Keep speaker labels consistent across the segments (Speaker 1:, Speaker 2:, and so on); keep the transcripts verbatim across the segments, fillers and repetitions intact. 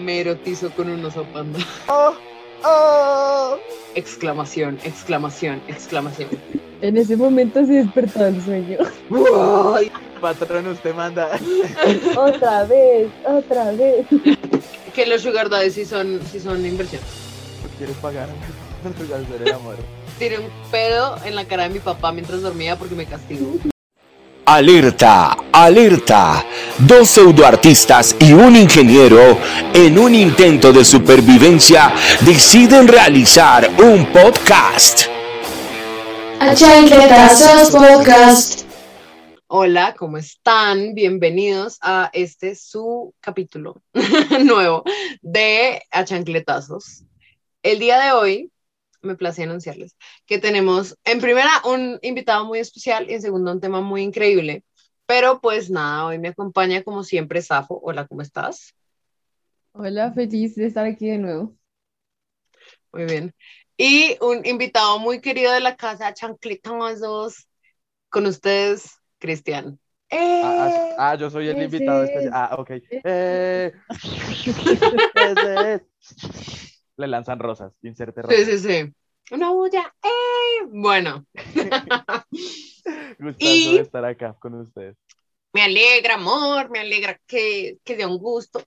Speaker 1: Me erotizo con un oso panda.
Speaker 2: ¡Oh! ¡Oh!
Speaker 1: Exclamación, exclamación, exclamación.
Speaker 3: En ese momento se despertó el sueño.
Speaker 1: ¡Uy!
Speaker 2: Patrón, usted manda.
Speaker 3: Otra vez, otra vez.
Speaker 1: Que los sugar daddies sí son, sí son inversión.
Speaker 2: ¿Quieres pagarme por hacer el amor?
Speaker 1: Tiré un pedo en la cara de mi papá mientras dormía porque me castigó.
Speaker 4: Alerta, alerta. Dos pseudoartistas y un ingeniero, en un intento de supervivencia, deciden realizar un podcast.
Speaker 5: Chancletazos Podcast.
Speaker 1: Hola, ¿cómo están? Bienvenidos a este su capítulo nuevo de A Chancletazos. El día de hoy me place anunciarles que tenemos en primera un invitado muy especial y en segunda un tema muy increíble. Pero pues nada, hoy me acompaña como siempre Safo. Hola, ¿cómo estás?
Speaker 3: Hola, feliz de estar aquí de nuevo.
Speaker 1: Muy bien. Y un invitado muy querido de la casa, Chancletazos, con ustedes, Cristian. ¡Eh!
Speaker 2: Ah, ah, ah, yo soy el
Speaker 3: Ese
Speaker 2: invitado
Speaker 3: es.
Speaker 2: especial. Ah, ok. Eh. Ese es. Le lanzan rosas, inserte rosas.
Speaker 1: Sí, sí, sí. Una bulla. ¡Eh! Bueno.
Speaker 2: Gustazo
Speaker 1: Y-
Speaker 2: de estar acá con ustedes.
Speaker 1: Me alegra, amor, me alegra que, que sea un gusto.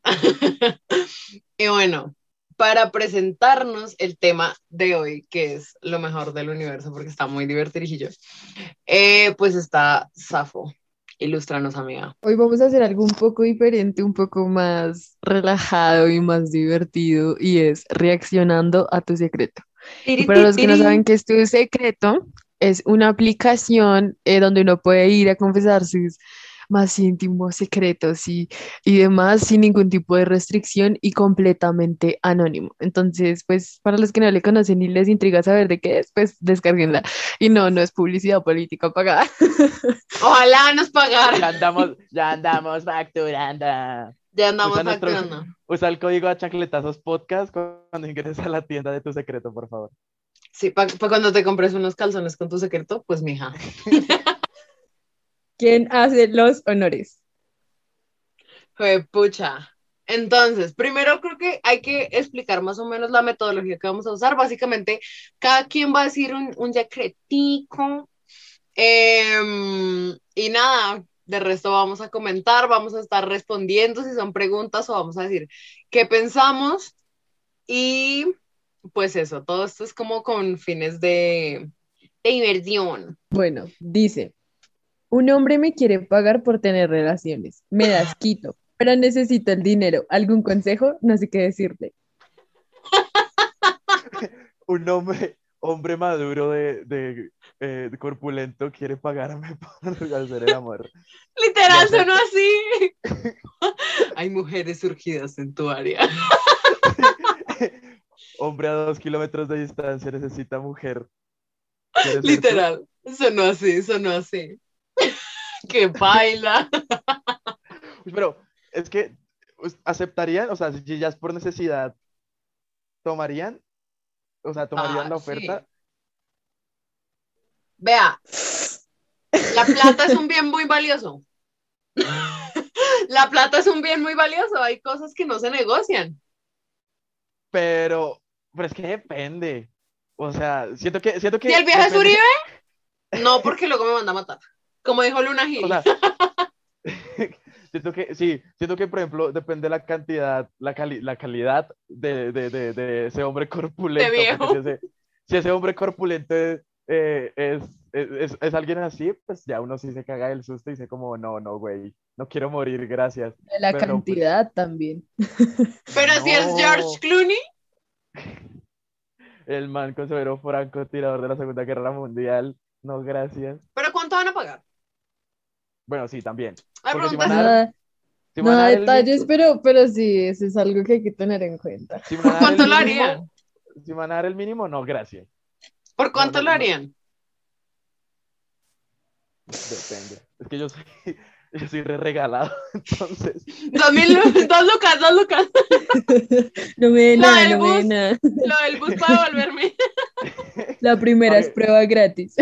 Speaker 1: Y bueno, para presentarnos el tema de hoy, que es lo mejor del universo, porque está muy divertidillo, eh, pues está Safo. Ilústranos, amiga.
Speaker 3: Hoy vamos a hacer algo un poco diferente, un poco más relajado y más divertido, y es reaccionando a tu secreto. Y para los que no saben qué es tu secreto, es una aplicación eh, donde uno puede ir a confesar sus más íntimos secretos y, y demás sin ningún tipo de restricción y completamente anónimo. Entonces, pues para los que no le conocen y les intriga saber de qué es, pues descárguenla. Y no, no es publicidad política pagada.
Speaker 1: Ojalá nos
Speaker 2: Ya
Speaker 1: pagaran.
Speaker 2: andamos, ya andamos facturando.
Speaker 1: Ya andamos
Speaker 2: Usa nuestro-
Speaker 1: facturando.
Speaker 2: Usa el código a Chancletazos Podcast cuando ingreses a la tienda de tu secreto, por favor.
Speaker 1: Sí, para cuando te compres unos calzones con tu secreto, pues mija.
Speaker 3: ¿Quién hace los honores?
Speaker 1: Fue pucha. Entonces, primero creo que hay que explicar más o menos la metodología que vamos a usar. Básicamente, cada quien va a decir un, un secretico. Em, y nada, de resto vamos a comentar, vamos a estar respondiendo si son preguntas o vamos a decir qué pensamos. Y pues eso, todo esto es como con fines de, de diversión.
Speaker 3: Bueno, dice, un hombre me quiere pagar por tener relaciones. Me das quito, pero necesito el dinero. ¿Algún consejo? No sé qué decirle.
Speaker 2: Un hombre, hombre maduro de, de, eh, de corpulento quiere pagarme por hacer el amor.
Speaker 1: Literal,
Speaker 2: No sé.
Speaker 1: sonó así. Hay mujeres surgidas en tu área.
Speaker 2: Hombre a dos kilómetros de distancia necesita mujer. ¿Quieres ser tú?
Speaker 1: Literal, sonó así, sonó así. Que baila.
Speaker 2: Uy, pero es que pues, aceptarían, o sea, si ya es por necesidad, ¿tomarían? O sea, ¿tomarían
Speaker 1: Ah,
Speaker 2: la
Speaker 1: sí.
Speaker 2: oferta?
Speaker 1: Vea, la plata es un bien muy valioso. La plata es un bien muy valioso. Hay cosas que no se negocian.
Speaker 2: Pero, pero es que depende. O sea, siento que, siento que
Speaker 1: Si el viejo es
Speaker 2: depende-
Speaker 1: Uribe, no, porque luego me manda a matar. Como dijo Luna Gil.
Speaker 2: O sea, siento que, sí, siento que, por ejemplo, depende la cantidad, la, cali- la calidad de, de, de, de ese hombre corpulento.
Speaker 1: De viejo.
Speaker 2: Porque si ese, si ese hombre corpulento eh, es, es, es alguien así, pues ya uno sí se caga del susto y dice como, no, no, güey, no quiero morir, gracias.
Speaker 3: La
Speaker 2: Pero,
Speaker 3: cantidad también.
Speaker 1: Pero si es
Speaker 2: No.
Speaker 1: George Clooney,
Speaker 2: El man con severo francotirador de la Segunda Guerra Mundial, no, gracias.
Speaker 1: ¿pero cuánto van a pagar?
Speaker 2: Bueno, sí, también.
Speaker 1: La
Speaker 2: Porque si
Speaker 1: pregunta
Speaker 2: van
Speaker 1: es,
Speaker 2: a dar,
Speaker 3: Nada,
Speaker 2: si van a
Speaker 3: nada
Speaker 2: dar
Speaker 3: de
Speaker 2: el
Speaker 3: detalles,
Speaker 2: mínimo-
Speaker 3: pero, pero sí, eso es algo que hay que tener en cuenta.
Speaker 2: si van
Speaker 1: ¿por
Speaker 2: a dar
Speaker 1: cuánto
Speaker 2: el
Speaker 1: lo
Speaker 2: mínimo-
Speaker 1: harían?
Speaker 2: Si van a dar el mínimo, no, gracias.
Speaker 1: ¿Por cuánto
Speaker 2: no,
Speaker 1: lo
Speaker 2: no.
Speaker 1: harían?
Speaker 2: Depende. Es que yo soy, yo soy re regalado, entonces.
Speaker 1: Dos mil, dos lucas, dos lucas.
Speaker 3: No me dé
Speaker 1: Lo
Speaker 3: nada,
Speaker 1: del
Speaker 3: no me dé
Speaker 1: bus.
Speaker 3: nada.
Speaker 1: Lo del bus para devolverme.
Speaker 3: La primera es
Speaker 2: Pague-
Speaker 3: prueba gratis.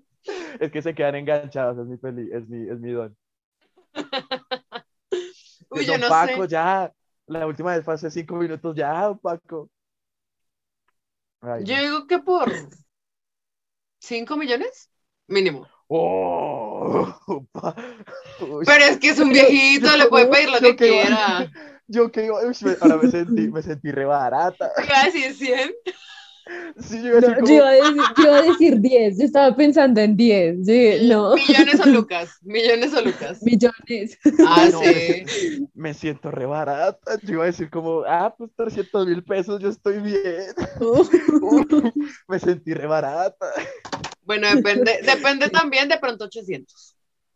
Speaker 2: Es que se quedan enganchados, es mi peli, es mi, es mi don.
Speaker 1: Uy, yo
Speaker 2: Don
Speaker 1: no
Speaker 2: Paco,
Speaker 1: sé.
Speaker 2: ya. La última vez fue hace cinco minutos, ya, don Paco. Ay,
Speaker 1: Yo
Speaker 2: no.
Speaker 1: digo que por cinco millones, mínimo.
Speaker 2: ¡Oh! pa- Uy.
Speaker 1: Pero es que es un
Speaker 2: Yo, yo,
Speaker 1: viejito, le puede pedir lo
Speaker 2: yo
Speaker 1: que
Speaker 2: que iba,
Speaker 1: quiera.
Speaker 2: yo que iba, uy, me- ahora me sentí, me sentí re barata.
Speaker 1: Iba a decir cien.
Speaker 2: Sí, yo iba a
Speaker 3: No,
Speaker 2: decir
Speaker 3: yo
Speaker 2: como,
Speaker 3: iba a decir, yo iba a decir diez, yo estaba pensando en diez, sí,
Speaker 1: L-
Speaker 3: no,
Speaker 1: Millones o lucas, millones o lucas.
Speaker 3: millones.
Speaker 1: Ah,
Speaker 2: uy, no, me,
Speaker 1: sí.
Speaker 2: sien- me siento re barata. Yo iba a decir como, ah, pues trescientos mil pesos, yo estoy bien. Uy, me sentí re barata.
Speaker 1: Bueno, depende, depende también de pronto ochocientos.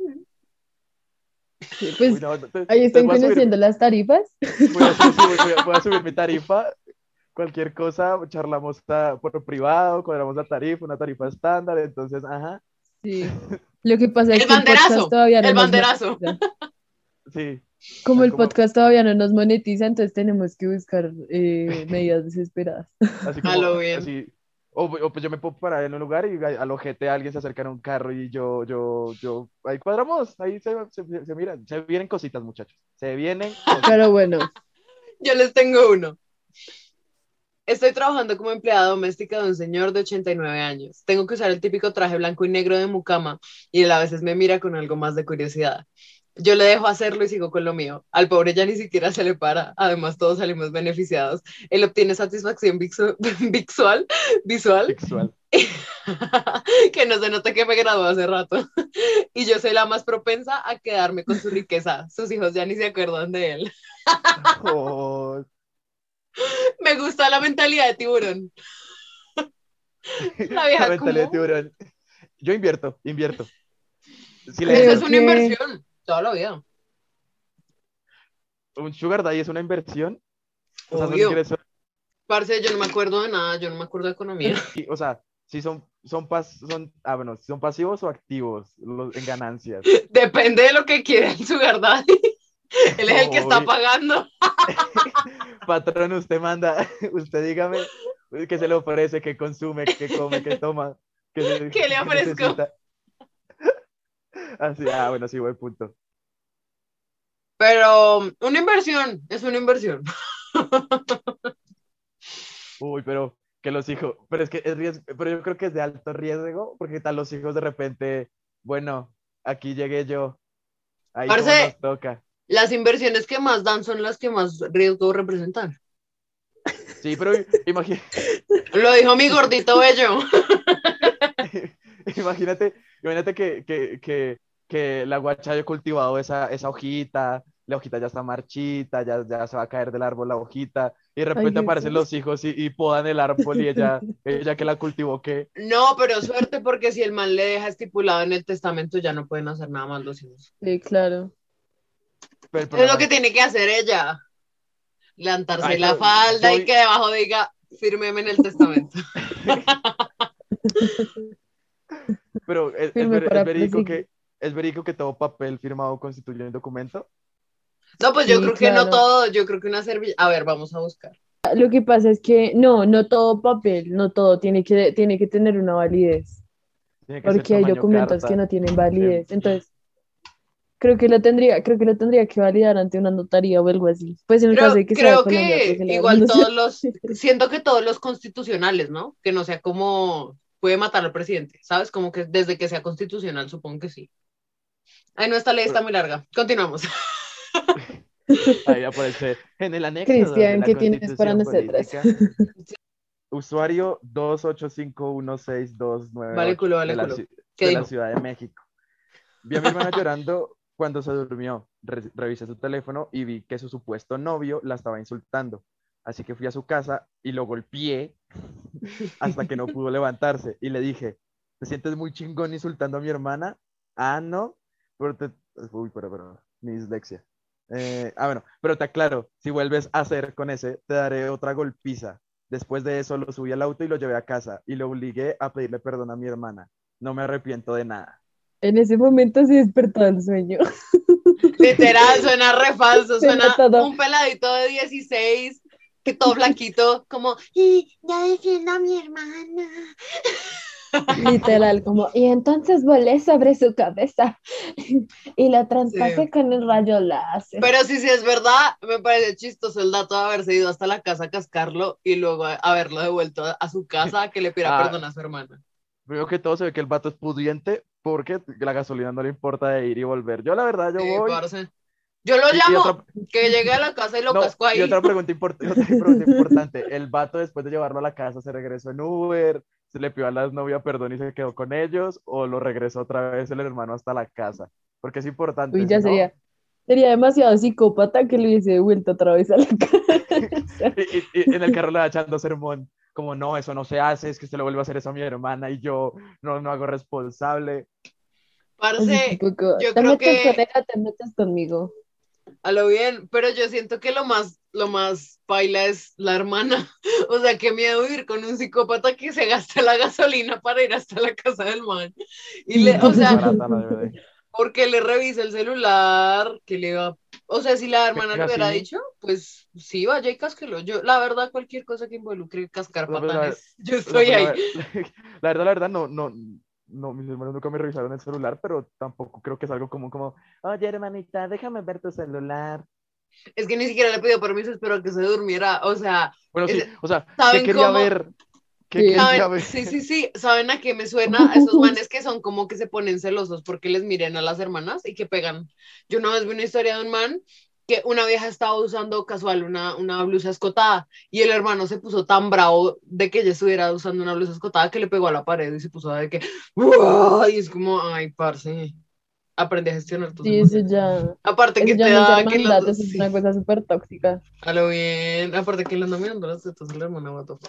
Speaker 3: Sí,
Speaker 2: Uy,
Speaker 3: pues
Speaker 2: no, entonces,
Speaker 3: ahí
Speaker 2: entonces
Speaker 3: están
Speaker 2: voy a subir,
Speaker 3: conociendo las tarifas.
Speaker 2: voy a, su- sí, voy, voy a, voy a subir mi tarifa. Cualquier cosa, charlamos ta- por privado, cuadramos la tarifa, una tarifa estándar, entonces, ajá,
Speaker 3: Sí. Lo que pasa es
Speaker 1: El
Speaker 3: que el podcast
Speaker 1: banderazo,
Speaker 3: todavía no
Speaker 1: el
Speaker 3: nos
Speaker 1: banderazo.
Speaker 3: monetiza.
Speaker 2: sí.
Speaker 3: Como
Speaker 2: Es
Speaker 3: el
Speaker 2: como,
Speaker 3: podcast todavía no nos monetiza, entonces tenemos que buscar eh, medidas desesperadas.
Speaker 2: así
Speaker 1: A
Speaker 2: como,
Speaker 1: lo bien.
Speaker 2: así, o, o pues yo me puedo parar en un lugar y a- al ojete alguien se acerca en un carro y yo, yo, yo, ahí cuadramos, ahí se, se, se miran, se vienen cositas, muchachos, se vienen cositas.
Speaker 3: Pero bueno,
Speaker 1: Yo les tengo uno. Estoy trabajando como empleada doméstica de un señor de ochenta y nueve años. Tengo que usar el típico traje blanco y negro de mucama y él a veces me mira con algo más de curiosidad. Yo le dejo hacerlo y sigo con lo mío. Al pobre ya ni siquiera se le para. Además, todos salimos beneficiados. Él obtiene satisfacción vixu- visual, visual,
Speaker 2: Sexual.
Speaker 1: que no se nota que me graduó hace rato. Y yo soy la más propensa a quedarme con su riqueza. Sus hijos ya ni se acuerdan de él.
Speaker 2: Oh,
Speaker 1: Me gusta la mentalidad de tiburón. La
Speaker 2: la
Speaker 1: vieja
Speaker 2: mentalidad de
Speaker 1: como...
Speaker 2: tiburón. Yo invierto, invierto. Sí le
Speaker 1: Esa
Speaker 3: creo
Speaker 1: es
Speaker 2: entro.
Speaker 1: una
Speaker 3: que
Speaker 1: inversión, toda la vida.
Speaker 2: Un sugar daddy es una inversión, o sea, son
Speaker 1: Obvio.
Speaker 2: ingresos,
Speaker 1: Parce, yo no me acuerdo de nada, yo no me acuerdo de economía.
Speaker 2: y, o sea, si son, son, pas, son, ah, bueno, si son pasivos o activos los, en ganancias.
Speaker 1: Depende de lo que quiera el sugar daddy. Él es el que está
Speaker 2: Uy,
Speaker 1: pagando.
Speaker 2: patrón, usted manda, usted dígame qué se le ofrece, qué consume, qué come, qué toma, qué, se-
Speaker 1: ¿Qué le
Speaker 2: qué
Speaker 1: ofrezco?
Speaker 2: necesita. Así, ah, bueno, sí, buen punto.
Speaker 1: Pero una inversión, es una inversión.
Speaker 2: Uy, pero que los hijos, pero es que es riesgo, pero yo creo que es de alto riesgo, porque tal los hijos de repente, bueno, aquí llegué yo, ahí como
Speaker 1: Parce,
Speaker 2: nos toca.
Speaker 1: las inversiones que más dan son las que más riesgo representan.
Speaker 2: Sí, pero imagínate,
Speaker 1: Lo dijo mi gordito bello.
Speaker 2: imagínate, imagínate que, que, que, que la guacha haya cultivado esa, esa hojita, la hojita ya está marchita, ya, ya se va a caer del árbol la hojita, y de
Speaker 3: ay,
Speaker 2: repente aparecen
Speaker 3: Jesús.
Speaker 2: los hijos y, y podan el árbol y ella, ella que la cultivó, ¿qué?
Speaker 1: No, pero suerte porque si el man le deja estipulado en el testamento ya no pueden hacer nada más los hijos.
Speaker 3: Sí, claro.
Speaker 2: Pero el
Speaker 1: Es lo
Speaker 2: problema
Speaker 1: que
Speaker 2: es,
Speaker 1: tiene que hacer ella. Levantarse
Speaker 2: ay,
Speaker 1: la
Speaker 2: pero
Speaker 1: falda
Speaker 2: yo,
Speaker 1: y que debajo diga, fírmeme en el testamento.
Speaker 2: pero es, es,
Speaker 3: Firme
Speaker 2: ver- es
Speaker 3: para
Speaker 2: verídico
Speaker 3: proseguir.
Speaker 2: que, es verídico que todo papel firmado constituye un documento.
Speaker 1: No, pues yo
Speaker 3: Sí,
Speaker 1: creo que no
Speaker 3: claro.
Speaker 1: todo, yo creo que una servilleta. A ver, vamos a buscar.
Speaker 3: Lo que pasa es que no, no todo papel, no todo tiene que, tiene que tener una validez,
Speaker 2: Tiene que ser
Speaker 3: porque hay
Speaker 2: tamaño
Speaker 3: documentos que
Speaker 2: carta.
Speaker 3: no tienen
Speaker 2: em,
Speaker 3: validez. Entonces, creo que lo tendría, creo que lo tendría que validar ante una notaría o algo así. Pues en el caso
Speaker 1: Creo,
Speaker 3: de que sea de
Speaker 1: creo
Speaker 3: Colombia,
Speaker 1: que
Speaker 3: porque la verdad
Speaker 1: igual
Speaker 3: no sé.
Speaker 1: todos los, siento que todos los constitucionales, ¿no? Que no sea como puede matar al presidente, ¿sabes? Como que desde que sea constitucional, supongo que sí. Ay, no, esta ley está
Speaker 2: pero
Speaker 1: muy larga. Continuamos.
Speaker 2: ahí aparece en el anexo dos de
Speaker 3: Cristian,
Speaker 2: la
Speaker 3: ¿qué tienes para
Speaker 2: Constitución
Speaker 3: nosotras?
Speaker 2: Política. Usuario dos ocho cinco uno seis dos nueve
Speaker 1: Vale
Speaker 2: ocho
Speaker 1: culo,
Speaker 2: de
Speaker 1: vale
Speaker 2: la,
Speaker 1: culo.
Speaker 2: ci-
Speaker 1: ¿Qué
Speaker 2: de la
Speaker 1: dijo?
Speaker 2: Ciudad de México. Vi a mi hermana llorando cuando se durmió. Re- revisé su teléfono y vi que su supuesto novio la estaba insultando. Así que fui a su casa y lo golpeé hasta que no pudo levantarse. Y le dije, ¿te sientes muy chingón insultando a mi hermana? Ah, no. Pero te... Uy, pero, pero, mi dislexia. Eh, ah, bueno, pero te aclaro, si vuelves a hacer con ese, te daré otra golpiza. Después de eso lo subí al auto y lo llevé a casa y lo obligué a pedirle perdón a mi hermana. No me arrepiento de nada.
Speaker 3: En ese momento se despertó del sueño.
Speaker 1: Literal, suena re falso,
Speaker 3: Suena
Speaker 1: suena
Speaker 3: todo.
Speaker 1: un peladito de dieciséis, que todo flaquito, como, y ya defiendo a mi hermana.
Speaker 3: Literal, como, y entonces volé sobre su cabeza y la traspasé
Speaker 1: Sí.
Speaker 3: con el rayo láser.
Speaker 1: Pero sí, sí es verdad, me parece chistoso el dato de haberse ido hasta la casa a cascarlo y luego a- haberlo devuelto a, a su casa a que le pidiera
Speaker 2: Ah,
Speaker 1: perdón a su hermana.
Speaker 2: primero que todo se ve que el vato es pudiente porque la gasolina no le importa de ir y volver. Yo la verdad, yo
Speaker 1: Sí,
Speaker 2: voy.
Speaker 1: parce. Yo lo
Speaker 2: Y, y
Speaker 1: llamo,
Speaker 2: otra,
Speaker 1: que llegue a la casa y lo
Speaker 2: no,
Speaker 1: casco
Speaker 2: y
Speaker 1: ahí.
Speaker 2: otra pregunta, import- otra pregunta importante. El vato después de llevarlo a la casa se regresó en Uber, se le pidió a la novia perdón y se quedó con ellos, o lo regresó otra vez el hermano hasta la casa. Porque es
Speaker 3: Uy,
Speaker 2: importante, si
Speaker 3: ya
Speaker 2: no,
Speaker 3: sería, sería demasiado psicópata que lo hubiese devuelto otra vez a la casa.
Speaker 2: y, y- y en el carro le va echando sermón, como no, eso no se hace, es que se le vuelve a hacer eso a mi hermana y yo no, no hago responsable.
Speaker 3: Así
Speaker 1: Parce,
Speaker 3: tampoco,
Speaker 1: yo
Speaker 3: te
Speaker 1: creo
Speaker 3: metes con
Speaker 1: que
Speaker 3: ella, te metes conmigo.
Speaker 1: a lo bien, pero yo siento que lo más, lo más paila es la hermana. O sea, qué miedo ir con un psicópata que se gasta la gasolina para ir hasta la casa del man. Y le,
Speaker 2: No,
Speaker 1: o
Speaker 2: muy
Speaker 1: sea,
Speaker 2: barata la D V D.
Speaker 1: porque le revisa el celular, que le va, o sea, si la hermana le
Speaker 2: Venga,
Speaker 1: hubiera
Speaker 2: sí.
Speaker 1: dicho, pues sí, vaya y cásquelo. Yo, la verdad, cualquier cosa que involucre cascar
Speaker 2: O sea, pues, la, ver-
Speaker 1: patanes, yo
Speaker 2: o sea,
Speaker 1: estoy
Speaker 2: pues, la,
Speaker 1: ahí.
Speaker 2: ver- la verdad, la verdad, no, no, no, mis hermanos nunca me revisaron el celular, pero tampoco creo que es algo común como, oye, hermanita, déjame ver tu celular.
Speaker 1: Es que ni siquiera le pidió permiso, espero que se durmiera. O sea,
Speaker 2: Bueno, sí,
Speaker 1: es-
Speaker 2: o sea, ¿qué
Speaker 1: ¿saben
Speaker 2: quería
Speaker 1: cómo?
Speaker 2: ver? ¿Qué
Speaker 3: Sí.
Speaker 2: quería
Speaker 1: ¿Saben?
Speaker 2: ver?
Speaker 1: Sí, sí, sí. ¿Saben a qué me suena? A esos manes que son como que se ponen celosos porque les miren a las hermanas y que pegan. Yo una vez vi una historia de un man que una vieja estaba usando casual una, una blusa escotada y el hermano se puso tan bravo de que ella estuviera usando una blusa escotada que le pegó a la pared y se puso de que ¡Uah! Y es como, ay, parce, aprende a gestionar tus
Speaker 3: Sí, eso
Speaker 1: emociones.
Speaker 3: ya,
Speaker 1: Aparte
Speaker 3: eso
Speaker 1: que
Speaker 3: ya
Speaker 1: te
Speaker 3: no es
Speaker 1: da que los
Speaker 3: hermandad,
Speaker 1: dos,
Speaker 3: eso es
Speaker 1: sí,
Speaker 3: una cosa súper tóxica.
Speaker 1: a lo bien. Aparte que le ando mirando las tetas del hermano, what the fuck.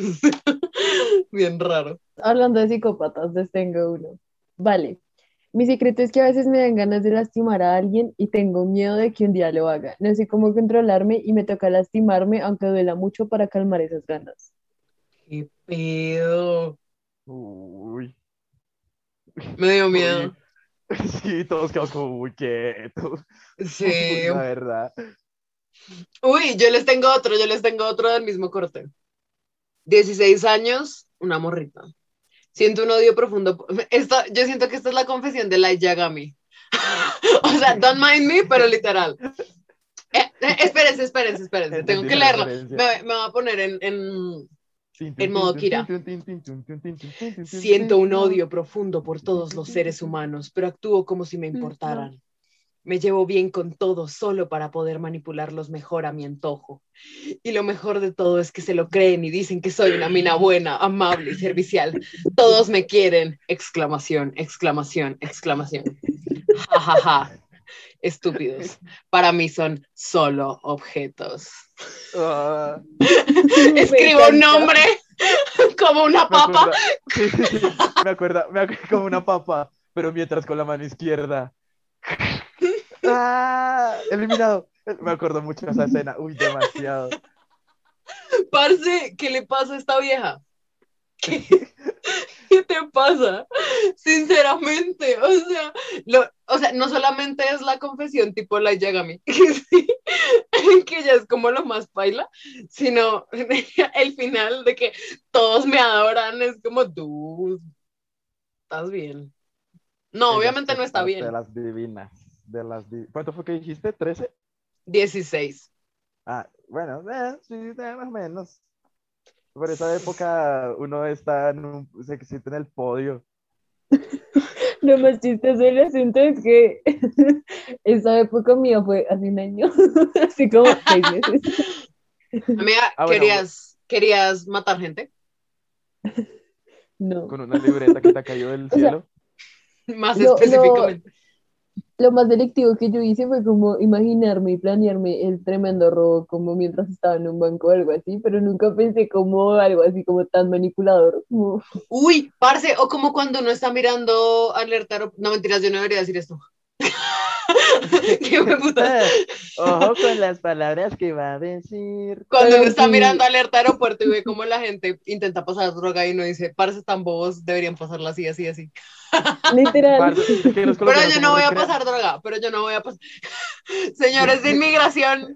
Speaker 1: Bien raro.
Speaker 3: Hablando de psicópatas, les tengo uno. Vale. Mi secreto es que a veces me dan ganas de lastimar a alguien y tengo miedo de que un día lo haga. No sé cómo controlarme y me toca lastimarme, aunque duela mucho para calmar esas ganas.
Speaker 1: ¿Qué pedo?
Speaker 2: Uy,
Speaker 1: Me dio
Speaker 2: uy,
Speaker 1: miedo.
Speaker 2: sí, todos quedamos como muy quietos. Uy,
Speaker 1: Sí.
Speaker 2: la verdad.
Speaker 1: Uy, yo les tengo otro, yo les tengo otro del mismo corte. Dieciséis años, una morrita. Siento un odio profundo. Esta, yo siento que esta es la confesión de Light Yagami. O sea, don't mind me, pero literal. Eh, eh, espérense, espérense, espérense. Tengo
Speaker 2: Entendí
Speaker 1: que
Speaker 2: la
Speaker 1: leerlo.
Speaker 2: referencia.
Speaker 1: Me, me voy a poner en, en,
Speaker 2: Tin, tin,
Speaker 1: en
Speaker 2: tin,
Speaker 1: modo
Speaker 2: tin, tin,
Speaker 1: Kira.
Speaker 2: tin, tin, tin, tin, tin, tin, tin, tin, tin, tin,
Speaker 1: Siento
Speaker 2: please
Speaker 1: un
Speaker 2: no.
Speaker 1: odio profundo por
Speaker 2: Tin, tin,
Speaker 1: todos
Speaker 2: tin,
Speaker 1: los
Speaker 2: tin, tin,
Speaker 1: seres
Speaker 2: tin, tin.
Speaker 1: humanos, pero actúo como si me
Speaker 3: Please, no.
Speaker 1: importaran. Me llevo bien con todos solo para poder manipularlos mejor a mi antojo. Y lo mejor de todo es que se lo creen y dicen que soy una mina buena, amable y servicial. Todos me quieren. Exclamación, exclamación, exclamación. Ja, ja, ja. Estúpidos. Para mí son solo objetos.
Speaker 2: Ah,
Speaker 3: Me
Speaker 1: Escribo un
Speaker 3: encanta.
Speaker 1: nombre como una
Speaker 2: me
Speaker 1: papa.
Speaker 2: acuerda, sí, sí, sí, me acuerda, me acuerda como una papa, pero mientras con la mano izquierda. ¡Ah! Eliminado. Me acuerdo mucho de esa escena. Uy, demasiado.
Speaker 1: Parce, ¿qué le pasa a esta vieja? ¿Qué, ¿Qué te pasa? Sinceramente, o sea, lo, o sea, no solamente es la confesión tipo la Yagami, que, sí, que ya es como lo más paila, sino el final de que todos me adoran, es como tú, estás bien. No,
Speaker 2: Ella
Speaker 1: obviamente
Speaker 2: hace
Speaker 1: no está
Speaker 2: parte de
Speaker 1: bien.
Speaker 2: las divinas. De las di- ¿Cuánto fue que dijiste? ¿trece?
Speaker 1: Dieciséis.
Speaker 2: Ah, bueno, eh, sí, eh, más o menos. Por esa época uno está en un, se siente en el podio.
Speaker 3: Lo más chistoso del asunto es que esa época mía fue hace un año, así como seis meses.
Speaker 1: Amiga,
Speaker 2: Ah, bueno,
Speaker 1: ¿querías, querías matar gente?
Speaker 3: No.
Speaker 2: con una libreta que te ha caído del
Speaker 3: O sea,
Speaker 2: cielo.
Speaker 1: Más
Speaker 3: lo, lo,
Speaker 1: específicamente.
Speaker 3: lo más delictivo que yo hice fue como imaginarme y planearme el tremendo robo como mientras estaba en un banco o algo así, pero nunca pensé como algo así como tan manipulador. Como,
Speaker 1: Uy, parce, o como cuando uno está mirando alerta, aero- no mentiras, yo no debería decir esto. Qué me putas.
Speaker 2: Ojo con las palabras que va a decir.
Speaker 1: Cuando uno
Speaker 3: pero
Speaker 1: está mirando
Speaker 3: sí,
Speaker 1: alerta aeropuerto y ve cómo la gente intenta pasar droga y uno dice, parce, tan bobos, deberían pasarla así, así, así.
Speaker 3: literal.
Speaker 2: Parce, es que los
Speaker 1: Pero
Speaker 2: colombianos
Speaker 1: yo
Speaker 2: somos
Speaker 1: no voy a
Speaker 2: recrea...
Speaker 1: pasar droga, pero yo no voy a pasar. Señores de inmigración,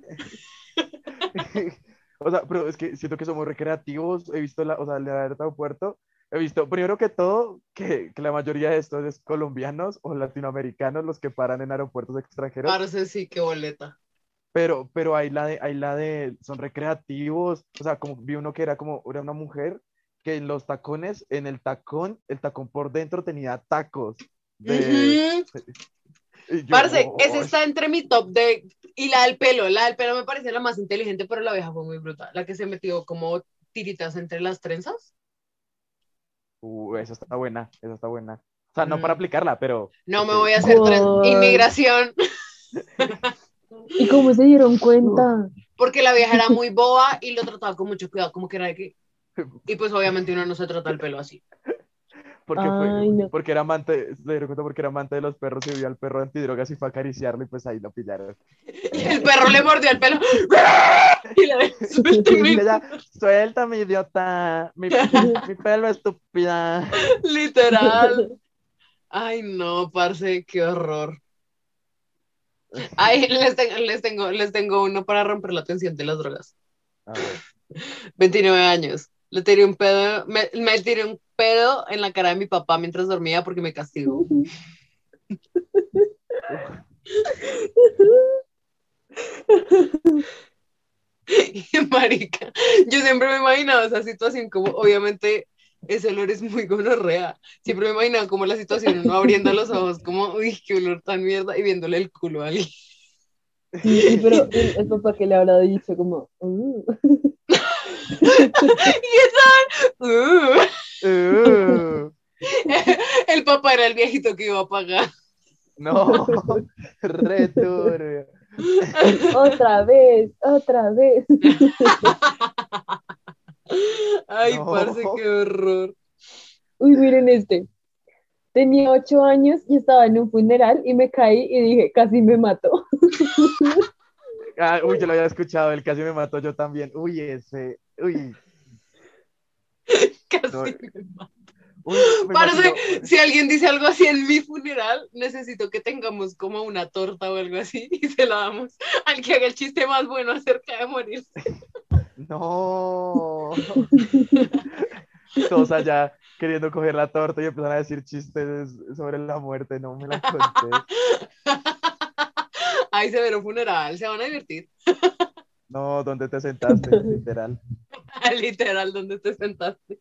Speaker 2: O sea, pero es que siento que somos recreativos. He visto la, o sea, el alerta aeropuerto. he visto, primero que todo, que, que la mayoría de estos es colombianos o latinoamericanos los que paran en aeropuertos extranjeros,
Speaker 1: Parce, sí, qué boleta.
Speaker 2: pero, pero hay la de, hay la de, son recreativos, o sea, como vi uno que era como, era una mujer que en los tacones, en el tacón, el tacón por dentro tenía tacos de,
Speaker 1: Ujú.
Speaker 2: y yo,
Speaker 1: Parce, ese
Speaker 2: "Uy".
Speaker 1: está entre mi top de... Y la del pelo, la del pelo me parece la más inteligente, pero la vieja fue muy brutal. La que se metió como tiritas entre las trenzas.
Speaker 2: Uh, esa está buena, esa está buena. O sea, no para
Speaker 1: Mm.
Speaker 2: aplicarla, pero
Speaker 1: No me
Speaker 2: porque
Speaker 1: voy a hacer tres...
Speaker 3: What?
Speaker 1: Inmigración.
Speaker 3: ¿Y cómo se dieron cuenta?
Speaker 1: Porque la vieja era muy boba y lo trataba con mucho cuidado, como que era de que... Y pues obviamente uno no se trata el pelo así.
Speaker 2: porque fue,
Speaker 3: Ay, no.
Speaker 2: porque era amante, se dieron cuenta porque era amante de los perros y vio al perro antidrogas y fue a acariciarlo y pues ahí lo pillaron.
Speaker 1: Y el perro le mordió el pelo. Y la vieja,
Speaker 2: Y
Speaker 1: suélteme.
Speaker 2: dice ella, suéltame, idiota, mi, mi pelo estúpida.
Speaker 1: Literal. Ay, no, parce, qué horror. Ay, les tengo, les tengo, les tengo uno para romper la tensión de las drogas.
Speaker 2: A ver.
Speaker 1: veintinueve años. Le tiré un pedo, me, me tiré un pedo en la cara de mi papá mientras dormía porque me castigó. Y marica, yo siempre me he imaginado esa situación como, obviamente, ese olor es muy gonorrea. Siempre me he imaginado como la situación, uno abriendo los ojos, como, uy, qué olor tan mierda, y viéndole el culo a alguien.
Speaker 3: Sí, y pero el, el papá que le habrá dicho como, "Uh".
Speaker 1: Y esa, uh.
Speaker 2: Uh,
Speaker 1: El papá era el viejito que iba a pagar.
Speaker 2: no, re turbio.
Speaker 3: Él, otra vez, otra vez.
Speaker 1: Ay,
Speaker 2: No.
Speaker 1: parce, qué horror.
Speaker 3: Uy, miren este. Tenía ocho años y estaba en un funeral y me caí y dije, casi me mato.
Speaker 2: Ah, uy, yo lo había escuchado, él casi me mató yo también. Uy, ese, uy,
Speaker 1: Casi
Speaker 2: no,
Speaker 1: me mato.
Speaker 2: uy, me
Speaker 1: Parce,
Speaker 2: imagino,
Speaker 1: si alguien dice algo así en mi funeral, necesito que tengamos como una torta o algo así y se la damos al que haga el chiste más bueno acerca de morirse.
Speaker 2: no, todos allá queriendo coger la torta y empezar a decir chistes sobre la muerte, no me la conté.
Speaker 1: Ay, severo funeral, se van a divertir.
Speaker 2: No, ¿dónde te sentaste? Literal.
Speaker 1: Literal, donde te sentaste.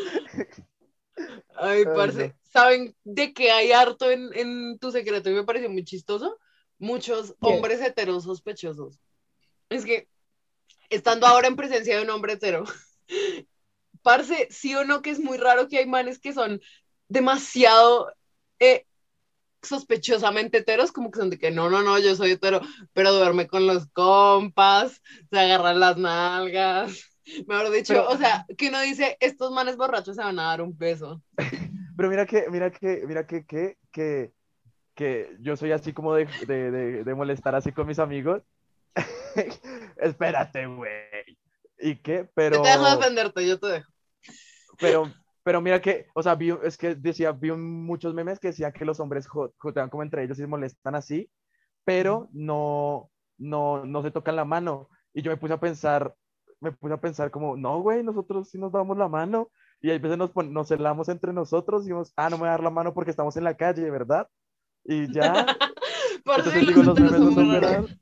Speaker 1: Ay,
Speaker 2: Ay,
Speaker 1: parce,
Speaker 2: no.
Speaker 1: ¿saben de qué hay harto en, en tu secreto? Y me pareció muy chistoso. Muchos
Speaker 3: ¿Qué?
Speaker 1: hombres heteros sospechosos. Es que, estando ahora en presencia de un hombre hetero, parce, sí o no que es muy raro que hay manes que son demasiado eh, sospechosamente heteros, como que son de que no, no, no, yo soy hetero, pero duerme con los compas, se agarran las nalgas. Mejor dicho,
Speaker 2: Pero,
Speaker 1: o sea, que uno dice, estos manes borrachos se van a dar un beso.
Speaker 2: pero mira que, mira que, mira que, que, que, que yo soy así como de, de, de, de molestar así con mis amigos. Espérate, güey. ¿Y qué?
Speaker 1: Yo te dejo
Speaker 2: Pero,
Speaker 1: defenderte, yo te dejo.
Speaker 2: pero, pero mira que, o sea, vi, es que decía, vi un- muchos memes que decían que los hombres jo- jotean como entre ellos y se molestan así, pero no, no, no se tocan la mano. Y yo me puse a pensar, me puse a pensar como, no, güey, nosotros sí nos damos la mano. Y hay veces nos, pon- nos celamos entre nosotros y decimos, ah, no me voy a dar la mano porque estamos en la calle, ¿verdad? Y ya,
Speaker 1: Por si
Speaker 2: entonces
Speaker 1: los
Speaker 2: digo, los
Speaker 1: heteros
Speaker 2: memes no
Speaker 1: son muy
Speaker 2: son
Speaker 1: raros.
Speaker 2: verdad.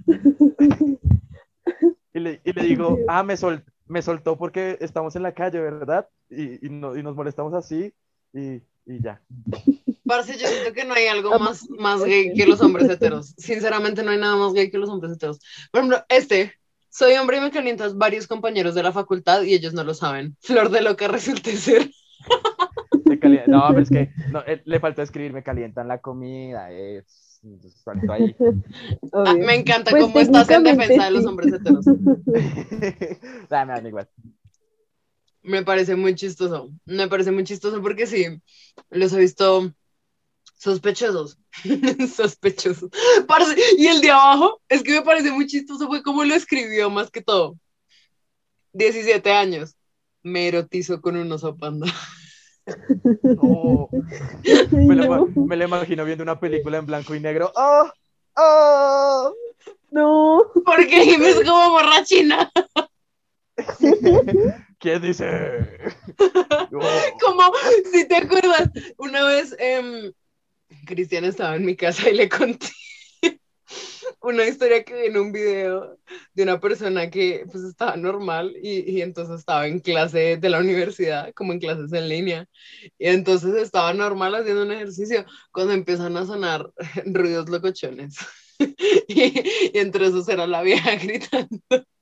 Speaker 2: Y le, y le digo, ah, me, sol, me soltó porque estamos en la calle, ¿verdad? Y, y, no, y nos molestamos así y, y ya.
Speaker 1: Parce, yo siento que no hay algo
Speaker 3: Amo
Speaker 1: más, más gay que los hombres heteros. Sinceramente, no hay nada más gay que los hombres heteros. Por ejemplo, este, soy hombre y me calientas varios compañeros de la facultad y ellos no lo saben. Flor de lo que resulte ser.
Speaker 2: Me calien- No, pero es que no, eh, le faltó escribir, me calientan la comida. Es, faltó ahí.
Speaker 1: Ah,
Speaker 3: Obvio.
Speaker 1: me encanta
Speaker 3: Pues
Speaker 1: cómo estás en
Speaker 3: técnicamente
Speaker 1: defensa de los
Speaker 3: sí.
Speaker 1: hombres heteros.
Speaker 2: Dame, dame igual.
Speaker 1: Me parece muy chistoso. Me parece muy chistoso porque sí, los he visto sospechosos. Sospechosos. Parce, y el de abajo, es que me parece muy chistoso, fue como lo escribió más que todo. diecisiete años. Me erotizo con un oso panda.
Speaker 2: No,
Speaker 3: Ay,
Speaker 2: me lo, ima-
Speaker 3: no,
Speaker 2: me lo imagino viendo una película en blanco y negro. ¡Oh! ¡Oh!
Speaker 3: no.
Speaker 1: Porque Jimmy es como borrachina.
Speaker 2: ¿Quién dice?
Speaker 1: Como, si te acuerdas, una vez eh, Cristian estaba en mi casa y le conté una historia que vi en un video de una persona que pues estaba normal y, y entonces estaba en clase de la universidad, como en clases en línea, y entonces estaba normal haciendo un ejercicio cuando empiezan a sonar ruidos locochones. Y, y entre esos era la vieja gritando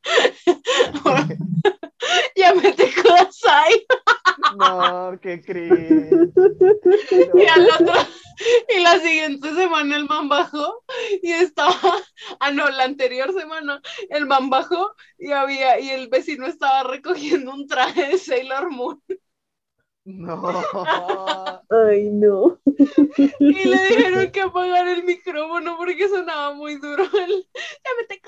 Speaker 1: ya me te kudasai.
Speaker 2: No, qué cringe.
Speaker 1: No. Y al otro, y la siguiente semana el man bajó y estaba, ah no, la anterior semana el man bajó y había, y el vecino estaba recogiendo un traje de Sailor Moon.
Speaker 2: No.
Speaker 3: Ay, no.
Speaker 1: Y le dijeron que apagara el micrófono porque sonaba muy duro el ya me te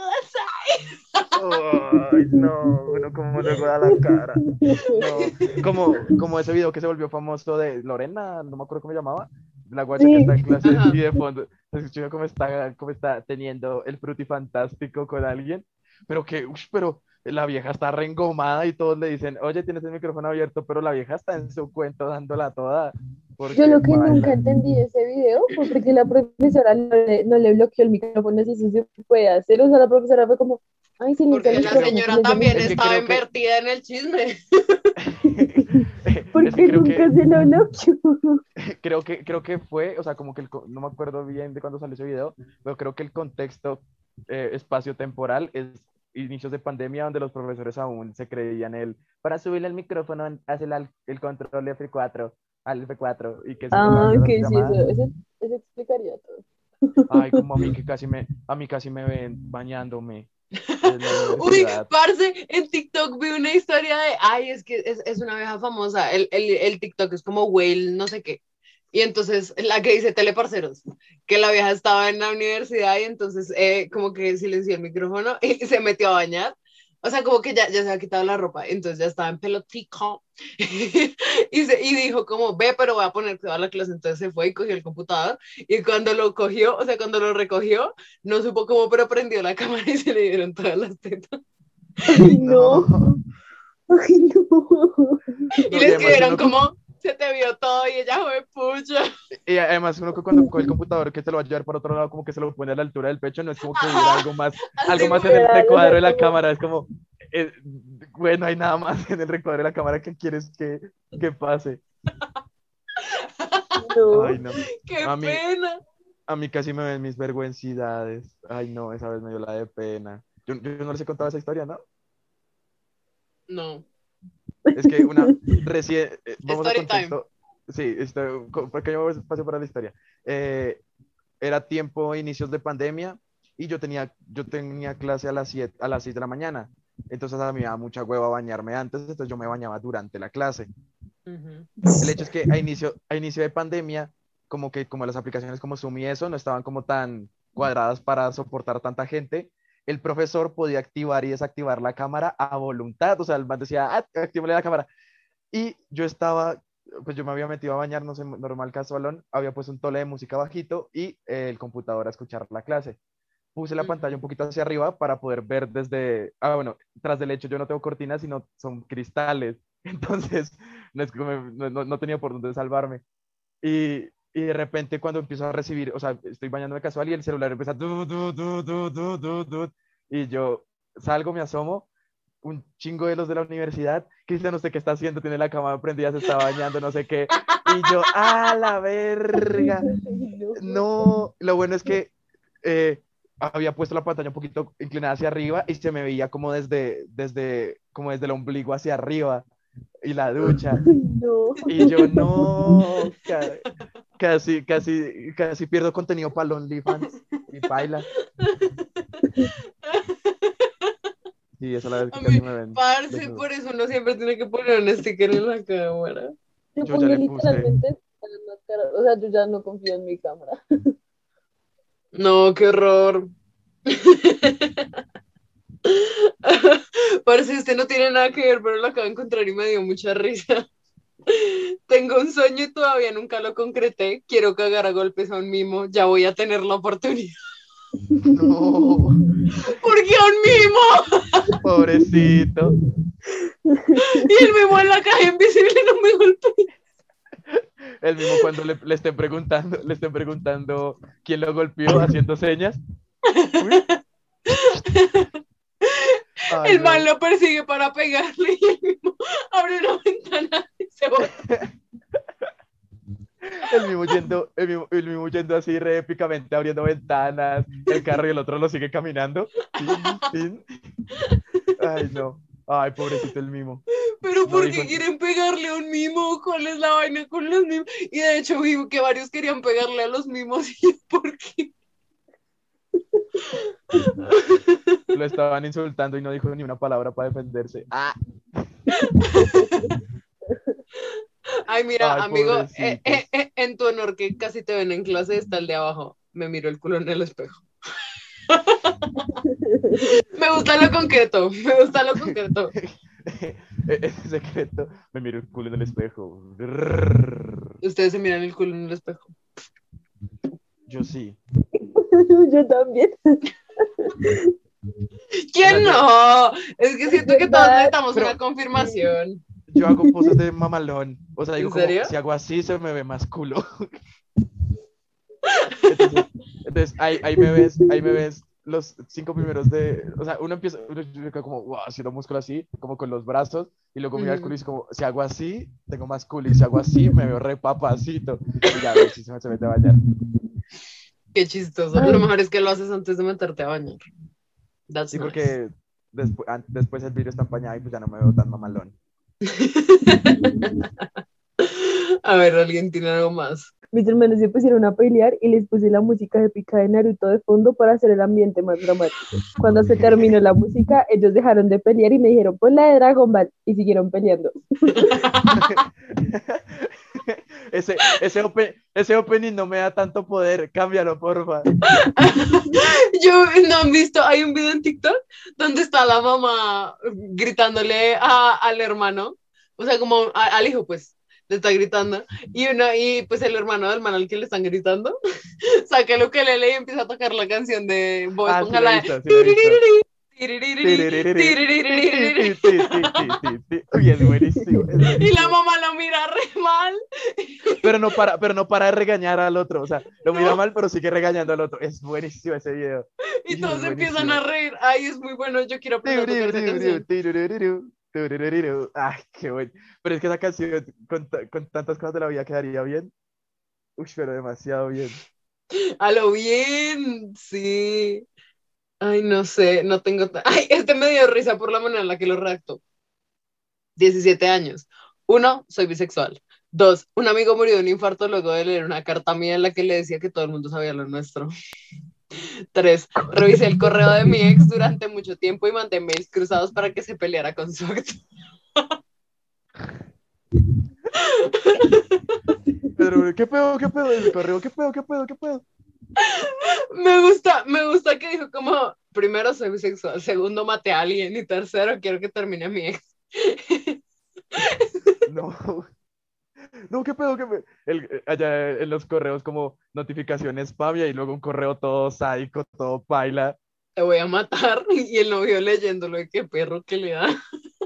Speaker 1: kudasai.
Speaker 2: Ay, no, uno como luego da la cara. No, como, como ese video que se volvió famoso de Lorena, no me acuerdo cómo se llamaba, la guacha que está en clase. Ajá. Y de fondo se escucha cómo está, cómo está teniendo el frutifantástico con alguien, pero que, uff, pero la vieja está reengomada y todos le dicen, oye, tienes el micrófono abierto, pero la vieja está en su cuento dándola toda.
Speaker 3: Yo lo que baila. Nunca entendí de ese video fue porque la profesora no le, no le bloqueó el micrófono, si eso se puede hacer, o sea, la profesora fue como, ay, sí,
Speaker 1: porque la señora también estaba invertida que... en el chisme.
Speaker 3: Porque es que nunca que... se lo bloqueó.
Speaker 2: Creo que, creo que fue, o sea, como que el, no me acuerdo bien de cuándo salió ese video, pero creo que el contexto eh, espacio-temporal es inicios de pandemia, donde los profesores aún se creían el, para subirle el micrófono, hace el, el control F cuatro, al F cuatro, y que
Speaker 3: ah, ok, sí, eso, eso, eso explicaría todo.
Speaker 2: Ay, como a mí que casi me, a mí casi me ven bañándome.
Speaker 1: Uy, parce, en TikTok vi una historia de, ay, es que es, es una vieja famosa, el, el, el TikTok es como Whale, no sé qué, y entonces la que dice teleparceros, que la vieja estaba en la universidad y entonces eh, como que silenció el micrófono y se metió a bañar, o sea, como que ya, ya se ha quitado la ropa, entonces ya estaba en pelotico y, se, y dijo como, ve, pero voy a poner toda la clase, entonces se fue y cogió el computador y cuando lo cogió, o sea, cuando lo recogió, no supo cómo, pero prendió la cámara y se le dieron todas las tetas.
Speaker 3: Ay, no. Ay, no.
Speaker 1: Y le escribieron como, se te vio todo y ella fue pucha.
Speaker 2: Y además uno que cuando coge el computador que te lo va a llevar para otro lado, como que se lo pone a la altura del pecho, no es como que hubiera algo más, algo más en el recuadro de la cámara, es como, eh, bueno, hay nada más en el recuadro de la cámara que quieres que, que pase.
Speaker 3: No.
Speaker 2: Ay, no.
Speaker 1: ¡Qué
Speaker 2: a mí,
Speaker 1: pena!
Speaker 2: A mí casi me ven mis vergüencidades. Ay, no, esa vez me dio la de pena. Yo, yo no les he contado esa historia, ¿no?
Speaker 1: No.
Speaker 2: Es que una recién, eh, vamos
Speaker 1: Story
Speaker 2: a contexto. Sí, esto, pequeño espacio para la historia. Eh, era tiempo, inicios de pandemia, y yo tenía, yo tenía clase a las siete, a las seis de la mañana. Entonces a mí me daba mucha hueva bañarme antes, entonces yo me bañaba durante la clase. Uh-huh. El hecho es que a inicio, a inicio de pandemia, como que como las aplicaciones como Zoom y eso no estaban como tan cuadradas para soportar tanta gente, el profesor podía activar y desactivar la cámara a voluntad, o sea, el man decía, ah, actívale la cámara, y yo estaba, pues yo me había metido a bañar, no sé, normal casualón, había puesto un tole de música bajito y eh, el computador a escuchar la clase. Puse la pantalla un poquito hacia arriba para poder ver desde, ah, bueno, tras del hecho yo no tengo cortinas, sino son cristales, entonces no, es que me, no, no tenía por dónde salvarme, y Y de repente cuando empiezo a recibir, o sea, estoy bañándome casual y el celular empieza du, du, du, du, du, du, du, y yo salgo, me asomo, un chingo de los de la universidad, Cristian, ¿usted qué está haciendo? Tiene la cámara prendida, se está bañando, no sé qué, y yo, ¡ah, la verga! No, lo bueno es que eh, había puesto la pantalla un poquito inclinada hacia arriba y se me veía como desde, desde, como desde el ombligo hacia arriba, y la ducha,
Speaker 3: no.
Speaker 2: Y yo, no, casi, casi, casi pierdo contenido para el OnlyFans y baila. Sí, esa es la vez que
Speaker 1: a
Speaker 2: casi
Speaker 1: mí,
Speaker 2: me ven.
Speaker 1: Parce, por eso uno siempre tiene que poner un sticker en la cámara.
Speaker 3: Yo,
Speaker 2: yo ya le puse.
Speaker 3: O sea, yo ya no confío en mi cámara.
Speaker 1: No, qué horror. Parece usted no tiene nada que ver, pero lo acabo de encontrar y me dio mucha risa. Tengo un sueño y todavía nunca lo concreté. Quiero cagar a golpes a un mimo. Ya voy a tener la oportunidad.
Speaker 2: No.
Speaker 1: ¿Por qué a un mimo?
Speaker 2: Pobrecito.
Speaker 1: Y el mimo en la caja invisible no me golpea.
Speaker 2: El mismo cuando le, le estén preguntando, le estén preguntando quién lo golpeó haciendo señas. Uy. Ay,
Speaker 1: El man
Speaker 2: no.
Speaker 1: lo persigue para pegarle y el mimo abre una ventana y se bota.
Speaker 2: El mismo yendo, el mismo, el mismo yendo así re épicamente abriendo ventanas, el carro y el otro lo sigue caminando. Tin, tin. Ay, no. Ay, pobrecito el mimo.
Speaker 1: Pero
Speaker 2: No
Speaker 1: ¿por
Speaker 2: dijo-
Speaker 1: qué quieren pegarle a un mimo? ¿Cuál es la vaina con los mimos? Y de hecho vi que varios querían pegarle a los mimos. Y yo, ¿por qué?
Speaker 2: Lo estaban insultando y no dijo ni una palabra para defenderse. Ah,
Speaker 1: Ay, mira,
Speaker 2: Ay,
Speaker 1: amigo, eh,
Speaker 2: pobrecitos.
Speaker 1: eh, eh, en tu honor que casi te ven en clase está el de abajo. Me miro el culo en el espejo. Me gusta lo concreto, me gusta lo concreto.
Speaker 2: Es secreto. Me miro el culo en el espejo.
Speaker 1: Ustedes se miran el culo en el espejo.
Speaker 2: Yo sí.
Speaker 5: Yo también.
Speaker 1: ¿Quién no? Es que siento que todos
Speaker 5: ¿Verdad?
Speaker 1: necesitamos
Speaker 2: Pero-
Speaker 1: una confirmación.
Speaker 2: Yo hago poses de mamalón. O sea, digo
Speaker 1: ¿En
Speaker 2: como,
Speaker 1: serio?
Speaker 2: si hago así se me ve más culo. Entonces, entonces ahí, ahí me ves, ahí me ves los cinco primeros de, o sea, uno empieza, uno empieza como, wow, haciendo músculo así, como con los brazos, y luego mira el culo y dice como, si hago así, tengo más culo, y si hago así, me veo re papacito, y ya ves si se me, se mete a bañar.
Speaker 1: Qué chistoso. Lo mejor es que lo haces antes de meterte a bañar. That's
Speaker 2: Sí,
Speaker 1: nice.
Speaker 2: porque después, an- después el vidrio está empañado y pues ya no me veo tan mamalón.
Speaker 1: A ver, ¿alguien tiene algo más?
Speaker 5: Mis hermanos se pusieron a pelear y les puse la música épica de Naruto de fondo para hacer el ambiente más dramático. Cuando se terminó la música, ellos dejaron de pelear y me dijeron, pon la de Dragon Ball, y siguieron peleando.
Speaker 2: ese, ese, open, ese opening no me da tanto poder, cámbialo, porfa.
Speaker 1: Yo no han visto, hay un video en TikTok donde está la mamá gritándole a, al hermano, o sea, como a, al hijo, pues, le está gritando, y uno, y pues el hermano del man al que le están gritando, saca el ukelele y empieza a tocar la canción de Bob
Speaker 2: Ah, sí
Speaker 1: Esponja,
Speaker 2: lo he
Speaker 1: la
Speaker 2: visto, sí lo he visto.
Speaker 1: de-
Speaker 2: Uy, es buenísimo, es
Speaker 1: y la
Speaker 2: buenísimo.
Speaker 1: mamá lo mira re mal,
Speaker 2: Pero no para, pero no para de regañar al otro, o sea, lo mira
Speaker 1: No.
Speaker 2: mal, pero sigue regañando al otro. Es buenísimo ese video.
Speaker 1: y
Speaker 2: Sí,
Speaker 1: todos
Speaker 2: es
Speaker 1: empiezan a
Speaker 2: buenísimo.
Speaker 1: reír. Ay, es muy bueno, yo quiero aprender a tocar esa canción.
Speaker 2: Ay, qué bueno. Pero es que esa canción con, ta- con tantas cosas de la vida quedaría bien. Uy, pero demasiado bien.
Speaker 1: A lo bien, sí. Ay, no sé, no tengo... ta- Ay, este me dio risa por la manera en la que lo redactó. diecisiete años. Uno, soy bisexual. Dos, un amigo murió de un infarto luego de leer una carta mía en la que le decía que todo el mundo sabía lo nuestro. Tres, revisé el correo de mi ex durante mucho tiempo y mandé mails cruzados para que se peleara con su ex.
Speaker 2: Pedro, ¿qué pedo? ¿Qué pedo? El correo, ¿qué pedo? ¿Qué pedo? ¿Qué pedo?
Speaker 1: Me gusta, me gusta que dijo como, primero soy bisexual, segundo maté a alguien y tercero quiero que termine mi ex.
Speaker 2: No. No, ¿qué pedo? ¿Qué pedo? El, allá en los correos como notificaciones spam y luego un correo todo sádico, todo paila.
Speaker 1: Te voy a matar. Y el novio leyéndolo, y qué perro que le da.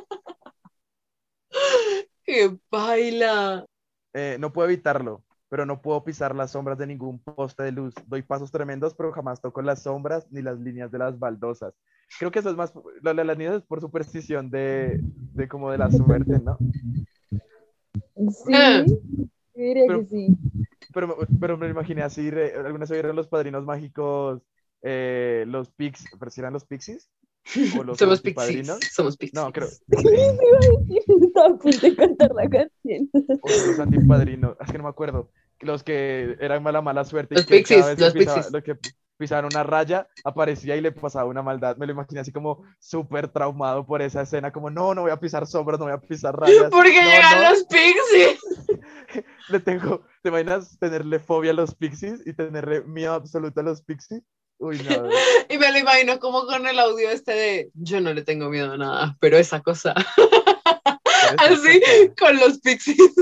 Speaker 1: ¡Qué baila!
Speaker 2: Eh, no puedo evitarlo, pero no puedo pisar las sombras de ningún poste de luz. Doy pasos tremendos, pero jamás toco las sombras ni las líneas de las baldosas. Creo que eso es más, lo de las líneas es por superstición de, de como de la suerte, ¿no?
Speaker 5: Sí,
Speaker 1: Ah.
Speaker 5: yo diría
Speaker 2: Pero-
Speaker 5: que sí.
Speaker 2: Pero, me- pero me lo imaginé así, re- algunas vez vieron los padrinos mágicos, eh, los pix, ¿pero si eran los pixies? ¿O los
Speaker 1: Somos pixies.
Speaker 2: antipadrinos?
Speaker 1: Somos pixies.
Speaker 2: No, creo,
Speaker 5: Estaba a punto de cantar la canción.
Speaker 2: o son los antipadrinos, es que no me acuerdo, los que eran mala mala suerte y
Speaker 1: Los
Speaker 2: que
Speaker 1: pixies,
Speaker 2: cada vez
Speaker 1: los
Speaker 2: que pisaba,
Speaker 1: pixies.
Speaker 2: lo que pisaban una raya aparecía y le pasaba una maldad. Me lo imaginé así como súper traumado por esa escena, como no, no voy a pisar sombras, no voy a pisar rayas.
Speaker 1: Porque
Speaker 2: no,
Speaker 1: llegan
Speaker 2: no.
Speaker 1: los pixies.
Speaker 2: Le tengo, ¿te imaginas tenerle fobia a los pixies y tenerle miedo absoluto a los pixies? Uy, no.
Speaker 1: Y me lo imagino como con el audio este de yo no le tengo miedo a nada, pero esa cosa. Así, con los pixies.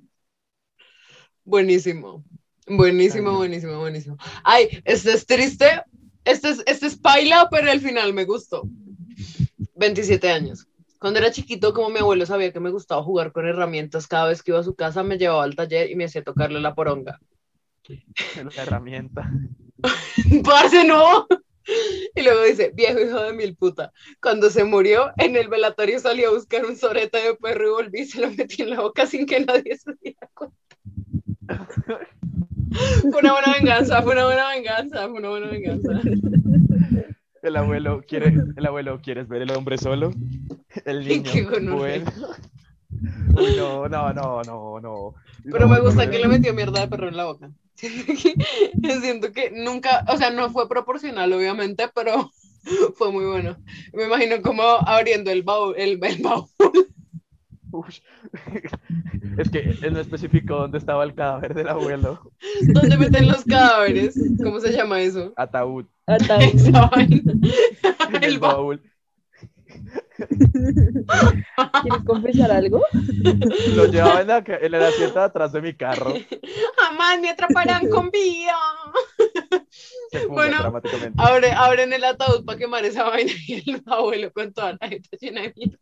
Speaker 1: Buenísimo. Buenísimo,
Speaker 2: Ay, no.
Speaker 1: buenísimo, buenísimo. Ay, este es triste. Este es, este es paila, pero al final me gustó. veintisiete años. Cuando era chiquito, como mi abuelo sabía que me gustaba jugar con herramientas, cada vez que iba a su casa me llevaba al taller y me hacía tocarle la poronga.
Speaker 2: La herramienta.
Speaker 1: ¡Parce, no! Y luego dice, viejo hijo de mil puta. Cuando se murió, en el velatorio salí a buscar un sorete de perro y volví y se lo metí en la boca sin que nadie se diera cuenta. Fue una buena venganza, fue una buena venganza, fue una buena venganza.
Speaker 2: El abuelo quiere, el abuelo, ¿quieres ver el hombre solo? El niño,
Speaker 1: Qué gonorrea.
Speaker 2: bueno. Uy, no, no, no, no, no.
Speaker 1: Pero
Speaker 2: No,
Speaker 1: me gusta
Speaker 2: no,
Speaker 1: que le metió mierda de perro en la boca. Siento que, siento que nunca, o sea, no fue proporcional, obviamente, pero fue muy bueno. Me imagino como abriendo el baúl, el, el baúl.
Speaker 2: Uy. Es que él no especificó dónde estaba el cadáver del abuelo.
Speaker 1: ¿Dónde meten los cadáveres? ¿Cómo se llama eso?
Speaker 2: Ataúd.
Speaker 5: Ataúd.
Speaker 1: Esa vaina.
Speaker 2: En
Speaker 1: El
Speaker 2: el
Speaker 1: baúl.
Speaker 2: baúl.
Speaker 5: ¿Quieres confesar algo?
Speaker 2: Lo llevaba en, la, ca- en el asiento de atrás de mi carro.
Speaker 1: Jamás me atraparán con vida.
Speaker 2: Se fuga
Speaker 1: Bueno,
Speaker 2: dramáticamente.
Speaker 1: Abre, abren el ataúd para quemar esa vaina y el abuelo con toda la gente llena de mierda.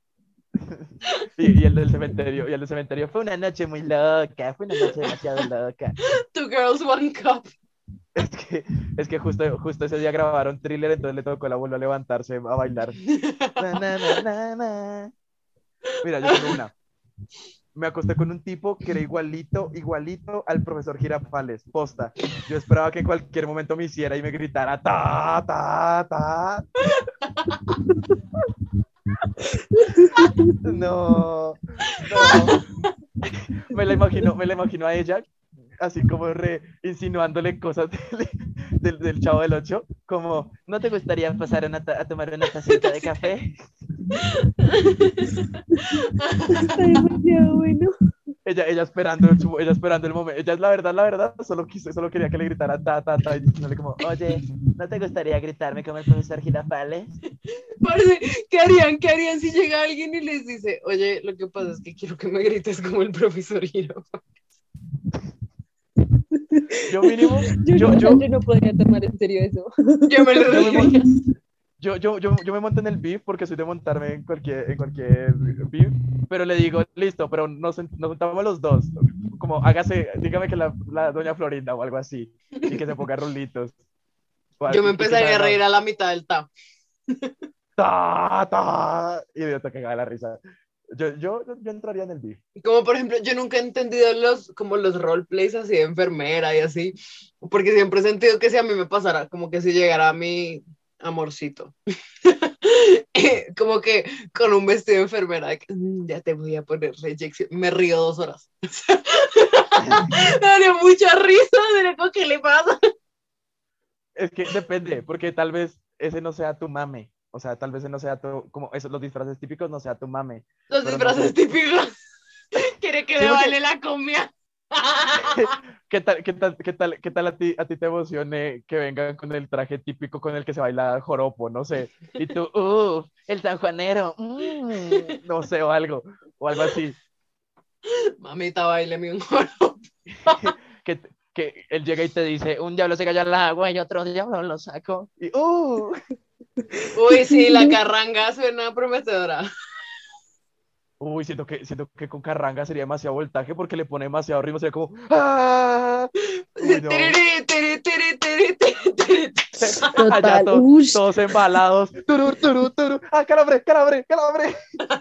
Speaker 2: Y, y el del cementerio, y el del cementerio fue una noche muy loca, fue una noche demasiado loca.
Speaker 1: Two girls, one cup.
Speaker 2: Es que, es que justo, justo ese día grabaron Thriller, entonces le tocó al abuelo levantarse a bailar. Na, na, na, na, na. Mira, yo tengo una. Me acosté con un tipo que era igualito, igualito al profesor Girafales, posta. Yo esperaba que en cualquier momento me hiciera y me gritara ta, ta, ta. No, no. Me la imagino, me la imagino a ella, así como re insinuándole cosas del, del, del Chavo del Ocho, como, ¿no te gustaría pasar una ta- a tomar una tacita de café?
Speaker 5: Está demasiado bueno.
Speaker 2: Ella, ella esperando el, su- ella esperando el momento. Ella es la verdad, la verdad, solo quiso, solo quería que le gritara ta, ta, ta, y diciéndole como, oye, ¿no te gustaría gritarme como el profesor Girafales?
Speaker 1: Parece, ¿qué harían? ¿Qué harían si llega alguien y les dice, oye, lo que pasa es que quiero que me grites como el profesor Giro?
Speaker 2: Yo mínimo,
Speaker 5: Yo,
Speaker 2: yo,
Speaker 5: no,
Speaker 2: yo,
Speaker 5: yo no podría tomar en serio eso.
Speaker 1: Yo me lo
Speaker 2: yo me
Speaker 1: reiría.
Speaker 2: mon- yo, yo, yo, yo me monto en el beef porque soy de montarme en cualquier, en cualquier beef, pero le digo, listo, pero nos, sent- nos juntamos los dos, como hágase, dígame que la, la doña Florinda o algo así, y que se ponga rulitos. O a-
Speaker 1: Yo me
Speaker 2: y que
Speaker 1: empezaría a
Speaker 2: salga,
Speaker 1: reír a la mitad del tap.
Speaker 2: ta, ta, y yo te cagaba la risa. Yo, yo, yo entraría en el beef.
Speaker 1: Como por ejemplo, yo nunca he entendido los, como los roleplays así de enfermera y así, porque siempre he sentido que si a mí me pasara, como que si llegara mi amorcito, eh, como que con un vestido de enfermera, de que, "Mm, ya te voy a poner la inyección", me río dos horas. Me daría mucha risa, de lo que le pasa.
Speaker 2: Es que depende, porque tal vez ese no sea tu mame. O sea, tal vez ese no sea tu, como esos, los disfraces típicos no sea tu mame.
Speaker 1: Los
Speaker 2: Pero no
Speaker 1: disfraces
Speaker 2: sé.
Speaker 1: típicos. Quiere que
Speaker 2: Sí,
Speaker 1: le
Speaker 2: porque-
Speaker 1: vale la comida.
Speaker 2: ¿Qué tal, qué tal, qué tal, qué tal a ti, a ti te emocione que vengan con el traje típico con el que se baila joropo, no sé? Y tú, uff, el sanjuanero, mm, no sé, o algo, o algo así.
Speaker 1: Mamita, baileme un joro.
Speaker 2: Que, que él llega y te dice, un diablo se cayó al agua y otro diablo lo sacó. Y, uh,
Speaker 1: Uy, sí, la carranga suena prometedora.
Speaker 2: uy, siento que, siento que con carranga sería demasiado voltaje porque le pone demasiado ritmo, sería como, ¡ah! Uy, no.
Speaker 1: Tiri, tiri, tiri, tiri, tiri, tiri.
Speaker 2: Allá
Speaker 5: Total.
Speaker 2: to-
Speaker 5: Ush.
Speaker 2: todos embalados. Turur, turur, turur. ¡Ah, calambre, calambre, calambre!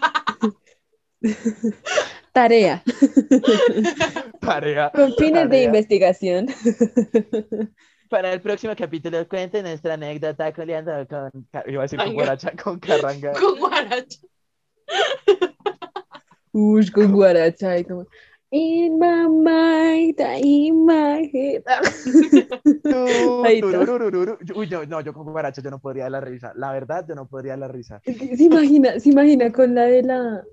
Speaker 5: Tarea.
Speaker 2: Tarea.
Speaker 5: Con fines de
Speaker 2: tarea.
Speaker 5: investigación.
Speaker 2: Para el próximo capítulo, cuente nuestra anécdota coleando con. ca- Iba a decir con
Speaker 1: Carranga.
Speaker 2: guaracha, con carranga.
Speaker 1: Con guaracha.
Speaker 5: Ush, con guaracha y como in my mind, in my head.
Speaker 2: Tu,
Speaker 5: Ahí está.
Speaker 2: tururururu. Uy, no, no, yo con guaracha yo no podría dar la risa. La verdad, yo no podría dar la risa.
Speaker 5: Es que se imagina, se imagina con la de la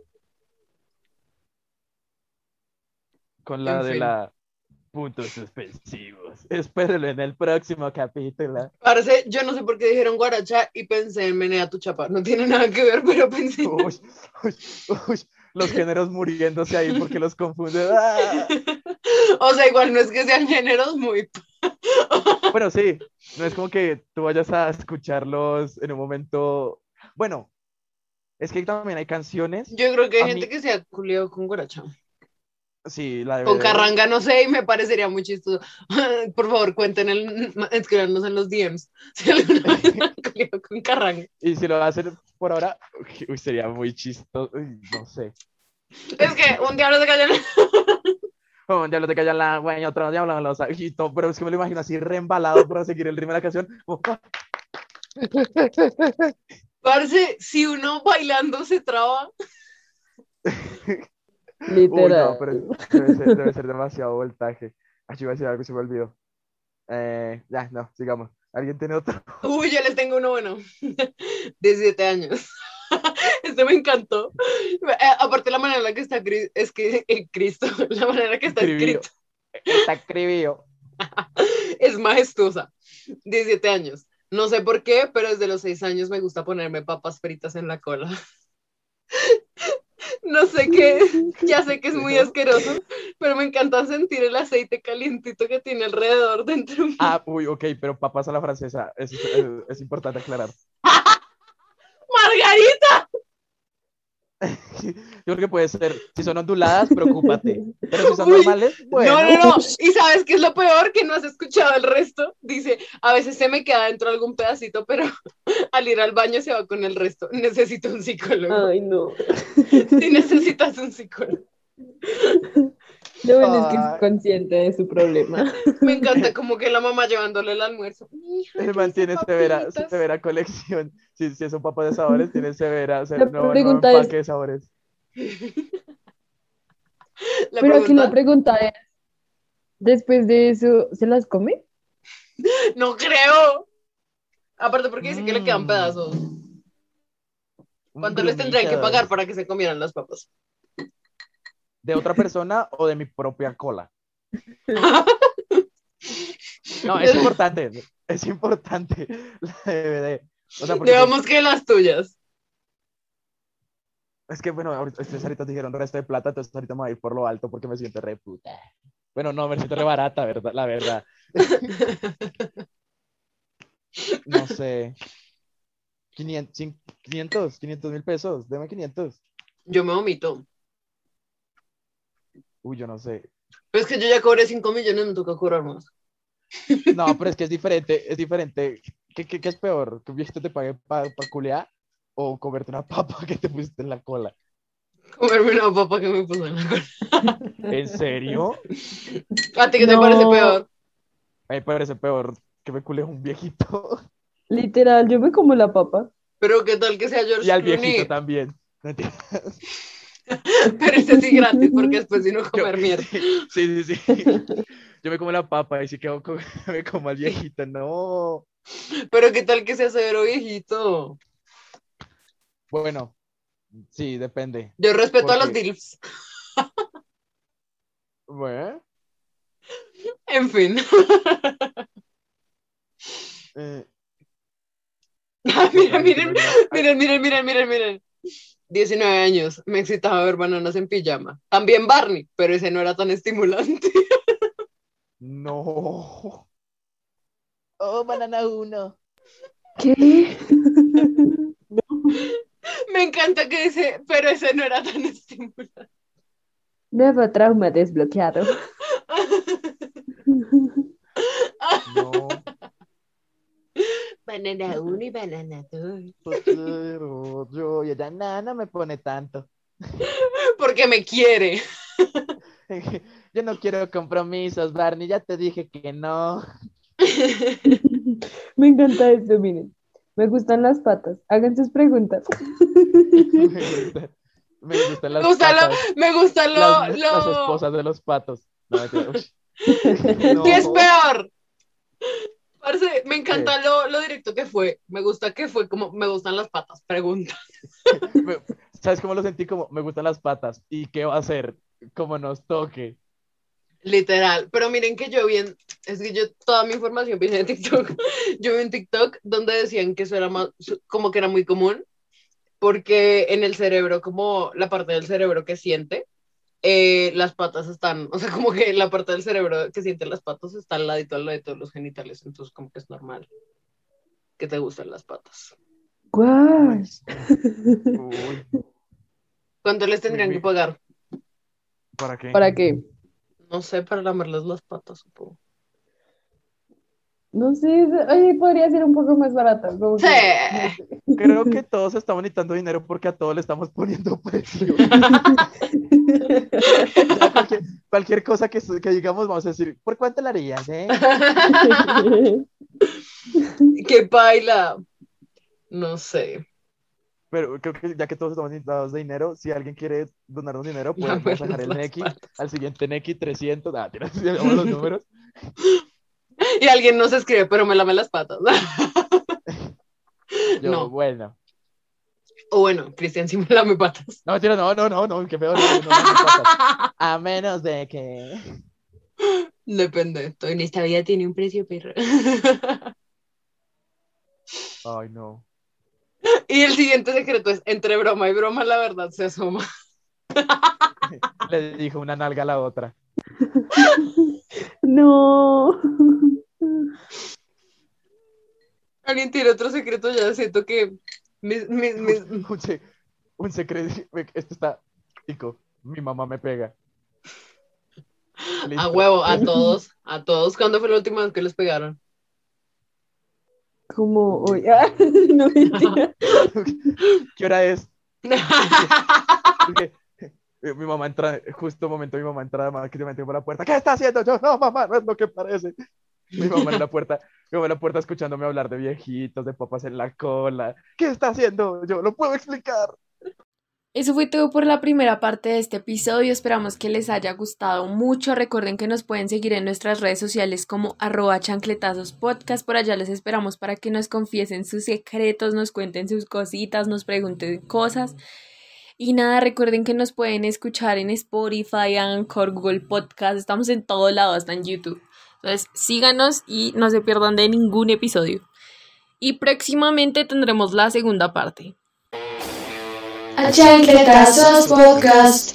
Speaker 2: Con la
Speaker 1: En
Speaker 2: de
Speaker 1: fin.
Speaker 2: la. Puntos suspensivos. Espérenlo en el próximo capítulo.
Speaker 1: Parece, yo no sé por qué dijeron guaracha y pensé en Menea tu chapa. No tiene nada que ver, pero pensé.
Speaker 2: Uy, uy, uy, los géneros muriéndose ahí porque los confunden. ¡Ah!
Speaker 1: O sea, igual no es que sean géneros muy.
Speaker 2: Bueno, sí, no es como que tú vayas a escucharlos en un momento. Bueno, Es que también hay canciones.
Speaker 1: Yo creo que hay
Speaker 2: A
Speaker 1: gente
Speaker 2: mí-
Speaker 1: que se ha culiado con guaracha.
Speaker 2: Sí, la de
Speaker 1: Con
Speaker 2: B D.
Speaker 1: carranga, no sé, y me parecería muy chistoso. Por favor, cuenten, el, escríbanos en los D Ms si alguna vez han culiado con carranga.
Speaker 2: Y si lo hacen por ahora, uy, sería muy chistoso. Uy, no sé.
Speaker 1: Es que un diablo se cayó en
Speaker 2: Oh, un diablo te calla en la güey, otro diablo en los y todo, pero es que me lo imagino así reembalado para seguir el ritmo de la canción. Oh, oh.
Speaker 1: Parce, si uno bailando se traba,
Speaker 2: Uy,
Speaker 5: Literal.
Speaker 2: no, pero debe ser, debe ser demasiado voltaje. Ay, yo iba a decir algo y se me olvidó. Eh, ya, no, sigamos. ¿Alguien tiene otro?
Speaker 1: uy, yo les tengo uno bueno. diecisiete años. Este me encantó. Eh, aparte la manera en la que está Cri- es que eh, Cristo, la manera en la que está
Speaker 2: Escribió.
Speaker 1: escrito
Speaker 2: Está escribido.
Speaker 1: es majestuosa. diecisiete años. No sé por qué, pero desde los seis años me gusta ponerme papas fritas en la cola. No sé qué, ya sé que es muy asqueroso, pero me encanta sentir el aceite calientito que tiene alrededor dentro.
Speaker 2: Ah, uy, ok, pero papas a la francesa. Es, es, es importante aclarar.
Speaker 1: ¡Margarita!
Speaker 2: Yo creo que puede ser, si son onduladas, preocúpate. Pero si son
Speaker 1: Uy,
Speaker 2: normales, bueno.
Speaker 1: No, no, no. ¿Y sabes qué es lo peor? Que no has escuchado el resto. Dice, a veces se me queda dentro algún pedacito, pero al ir al baño se va con el resto. Necesito un psicólogo.
Speaker 5: Ay, no.
Speaker 1: Si necesitas un psicólogo.
Speaker 5: Lo bueno es que es
Speaker 2: Ay.
Speaker 5: consciente de su problema.
Speaker 1: Me encanta como que la mamá llevándole el almuerzo. Hija,
Speaker 2: El
Speaker 1: ¿qué
Speaker 2: man
Speaker 1: hice,
Speaker 2: tiene severa,
Speaker 1: papitas?
Speaker 2: severa colección. Si, si son papas de sabores, tiene severa, se-
Speaker 5: La
Speaker 2: no, no
Speaker 5: pregunta
Speaker 2: empaque
Speaker 5: es-
Speaker 2: de sabores.
Speaker 1: La
Speaker 5: Pero aquí la
Speaker 1: pregunta,
Speaker 5: pregunta es, ¿después de eso se las come?
Speaker 1: no creo. Aparte porque dice que le quedan
Speaker 2: Mm,
Speaker 1: pedazos.
Speaker 2: un
Speaker 1: ¿Cuánto les tendrían que
Speaker 2: grumitos.
Speaker 1: pagar para que se comieran las papas?
Speaker 2: ¿De otra persona o de mi propia cola? No, es importante, es importante la D V D. O sea, porque pues,
Speaker 1: Digamos que las tuyas.
Speaker 2: es que, bueno, ahorita, ustedes ahorita dijeron resto de plata, entonces ahorita me voy a ir por lo alto porque me siento re puta. Bueno, no, me siento re barata, ¿verdad? La verdad. No sé. quinientos, cin- quinientos, quinientos mil pesos, deme quinientos.
Speaker 1: Yo me vomito.
Speaker 2: Uy, yo no sé.
Speaker 1: Pero es que yo ya cobré cinco millones, me toca cobrar más.
Speaker 2: No, pero es que es diferente, es diferente. ¿Qué, qué, qué es peor? ¿Que un viejito te pague para pa culear o comerte una papa que te pusiste en la cola?
Speaker 1: Comerme una papa que me puso en la cola.
Speaker 2: ¿En serio?
Speaker 1: ¿A ti qué te
Speaker 5: No.
Speaker 1: parece peor?
Speaker 2: A mí me parece peor que me cules un viejito.
Speaker 5: Literal, yo me como la papa.
Speaker 1: Pero qué tal que sea George
Speaker 2: Y al
Speaker 1: Clooney.
Speaker 2: viejito también. No entiendo.
Speaker 1: Pero ese sí gratis, porque después vino a comer
Speaker 2: Yo-
Speaker 1: mierda.
Speaker 2: Sí, sí, sí. Yo me como la papa y si quedo co- me como al viejito. No.
Speaker 1: Pero qué tal que sea severo viejito.
Speaker 2: Bueno, sí, depende.
Speaker 1: Yo respeto a los
Speaker 2: Porque-
Speaker 1: DILFs.
Speaker 2: Bueno,
Speaker 1: En fin.
Speaker 2: eh,
Speaker 1: miren,
Speaker 2: ay,
Speaker 1: miren,
Speaker 2: no, no, ay,
Speaker 1: miren, miren, miren, miren, miren. diecinueve años, me excitaba ver bananas en pijama. También Barney, pero ese no era tan estimulante.
Speaker 2: no. Oh, banana uno.
Speaker 5: ¿Qué?
Speaker 1: Me encanta que dice, pero ese no era tan estimulante.
Speaker 5: Nuevo trauma desbloqueado.
Speaker 2: No.
Speaker 1: Banana uno y banana dos.
Speaker 2: Pero yo y ella nada me pone tanto.
Speaker 1: Porque me quiere.
Speaker 2: Yo no quiero compromisos, Barney. Ya te dije que no.
Speaker 5: Me encanta esto, miren. Me gustan las patas. Hagan sus preguntas.
Speaker 2: Me gusta- me gustan
Speaker 1: Me
Speaker 2: las
Speaker 1: gusta lo,
Speaker 2: patas.
Speaker 1: me gusta lo,
Speaker 2: Las,
Speaker 1: lo...
Speaker 2: las esposas de los patos. No, mentira. Uy. No.
Speaker 1: ¿Qué es peor? Parce, me encanta lo, lo directo que fue. Me gusta que fue como, me gustan las patas. Pregunta.
Speaker 2: Me- ¿Sabes cómo lo sentí? Como me gustan las patas. ¿Y qué va a hacer? Como nos toque.
Speaker 1: Literal. Pero miren que yo vi en, es que yo toda mi información viene de TikTok. Yo vi en TikTok donde decían que eso era más, como que era muy común, porque en el cerebro, como la parte del cerebro que siente, eh, las patas están, o sea, como que la parte del cerebro que siente las patas está al ladito, al lado de todos los genitales, entonces como que es normal que te gusten las patas.
Speaker 5: Guash.
Speaker 2: Uy,
Speaker 1: ¿Cuánto les tendrían
Speaker 2: Mi-
Speaker 1: que pagar?
Speaker 2: ¿para qué?
Speaker 5: ¿Para qué?
Speaker 1: No sé, para lamerles las patas, supongo.
Speaker 5: No sé, oye, podría ser un poco más barata. Como
Speaker 1: Sí.
Speaker 5: que, no sé.
Speaker 2: Creo que todos estamos necesitando dinero porque a todos le estamos poniendo precio. Ya cualquier, cualquier cosa que, su- que digamos, vamos a decir, ¿por cuánto la harías, eh?
Speaker 1: ¡Qué baila! No sé.
Speaker 2: Pero creo que ya que todos estamos necesitados de dinero, si alguien quiere donarnos dinero, pues vamos a dejar
Speaker 1: Lamernos
Speaker 2: el
Speaker 1: las
Speaker 2: Nequi,
Speaker 1: patas.
Speaker 2: al siguiente Nequi trescientos, ah, tira, digamos los números.
Speaker 1: Y alguien nos escribe, pero me lame las patas.
Speaker 2: Yo,
Speaker 1: No.
Speaker 2: bueno.
Speaker 1: O bueno, Cristian sí me lame patas.
Speaker 2: No, mentira, no, no, no, no, qué peor, no, no, no, no, patas. A menos de que...
Speaker 1: Depende. Todo en esta vida tiene un precio, perro.
Speaker 2: Ay, no.
Speaker 1: Y el siguiente secreto es, entre broma y broma, la verdad se asoma.
Speaker 2: Le dijo una nalga a la otra.
Speaker 5: No.
Speaker 1: Alguien tiene otro secreto, ya siento que mis, mis, mis...
Speaker 2: Un, se- un secreto, esto está chico, mi mamá me pega.
Speaker 1: A
Speaker 2: Listo.
Speaker 1: huevo, a todos, a todos. ¿Cuándo fue la última vez que les pegaron?
Speaker 5: Como hoy. Ah, no mentira.
Speaker 2: ¿Qué hora es? Porque, eh, mi mamá entra, justo un momento mi mamá entra, mamá, que se metió por la puerta. ¿Qué está haciendo? Yo, no, mamá, no es lo que parece. Mi mamá en la puerta, mi mamá en la puerta escuchándome hablar de viejitos, de papas en la cola. ¿Qué está haciendo? Yo no puedo explicar.
Speaker 6: Eso fue todo por la primera parte de este episodio. Esperamos que les haya gustado mucho. Recuerden que nos pueden seguir en nuestras redes sociales como arroba chancletazos podcast. Por allá les esperamos para que nos confiesen sus secretos, nos cuenten sus cositas, nos pregunten cosas. Y nada, recuerden que nos pueden escuchar en Spotify, Anchor, Google Podcast. Estamos en todo lado, hasta en YouTube. Entonces síganos y no se pierdan de ningún episodio. Y próximamente tendremos la segunda parte.
Speaker 7: Chancletazos Podcast.